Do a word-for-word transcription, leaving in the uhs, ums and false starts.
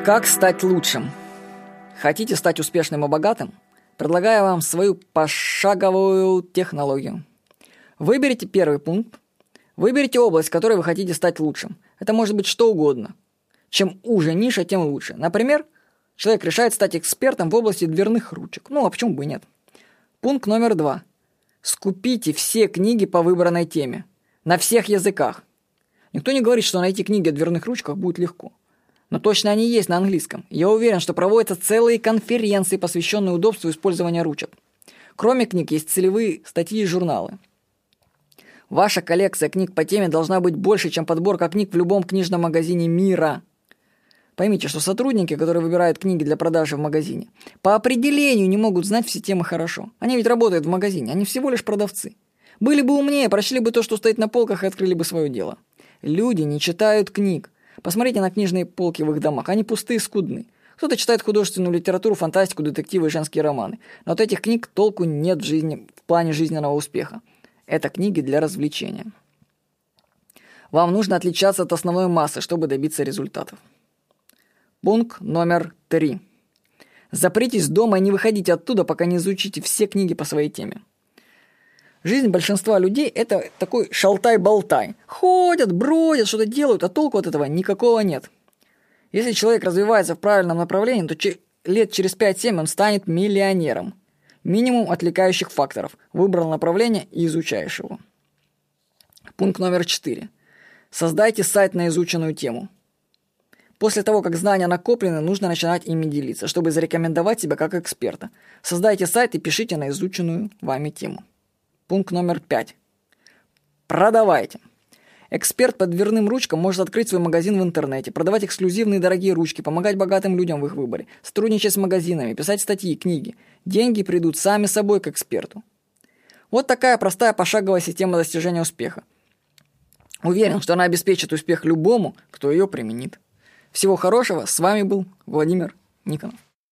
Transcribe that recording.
Как стать лучшим? Хотите стать успешным и богатым? Предлагаю вам свою пошаговую технологию. Выберите первый пункт. Выберите область, в которой вы хотите стать лучшим. Это может быть что угодно. Чем уже ниша, тем лучше. Например, человек решает стать экспертом в области дверных ручек. Ну, а почему бы и нет? Пункт номер два. Скупите все книги по выбранной теме. На всех языках. Никто не говорит, что найти книги о дверных ручках будет легко. Но точно они есть на английском. Я уверен, что проводятся целые конференции, посвященные удобству использования ручек. Кроме книг, есть целевые статьи и журналы. Ваша коллекция книг по теме должна быть больше, чем подборка книг в любом книжном магазине мира. Поймите, что сотрудники, которые выбирают книги для продажи в магазине, по определению не могут знать все темы хорошо. Они ведь работают в магазине, они всего лишь продавцы. Были бы умнее, прочли бы то, что стоит на полках, и открыли бы свое дело. Люди не читают книг. Посмотрите на книжные полки в их домах, они пустые и скудны. Кто-то читает художественную литературу, фантастику, детективы и женские романы. Но от этих книг толку нет в жизни, в плане жизненного успеха. Это книги для развлечения. Вам нужно отличаться от основной массы, чтобы добиться результатов. Пункт номер три. Запритесь дома и не выходите оттуда, пока не изучите все книги по своей теме. Жизнь большинства людей – это такой шалтай-болтай. Ходят, бродят, что-то делают, а толку от этого никакого нет. Если человек развивается в правильном направлении, то че- лет через пять-семь он станет миллионером. Минимум отвлекающих факторов. Выбрал направление и изучаешь его. Пункт номер четыре. Создайте сайт на изученную тему. После того, как знания накоплены, нужно начинать ими делиться, чтобы зарекомендовать себя как эксперта. Создайте сайт и пишите на изученную вами тему. Пункт номер пять. Продавайте. Эксперт по дверным ручкам может открыть свой магазин в интернете, продавать эксклюзивные дорогие ручки, помогать богатым людям в их выборе, сотрудничать с магазинами, писать статьи, книги. Деньги придут сами собой к эксперту. Вот такая простая пошаговая система достижения успеха. Уверен, что она обеспечит успех любому, кто ее применит. Всего хорошего. С вами был Владимир Никонов.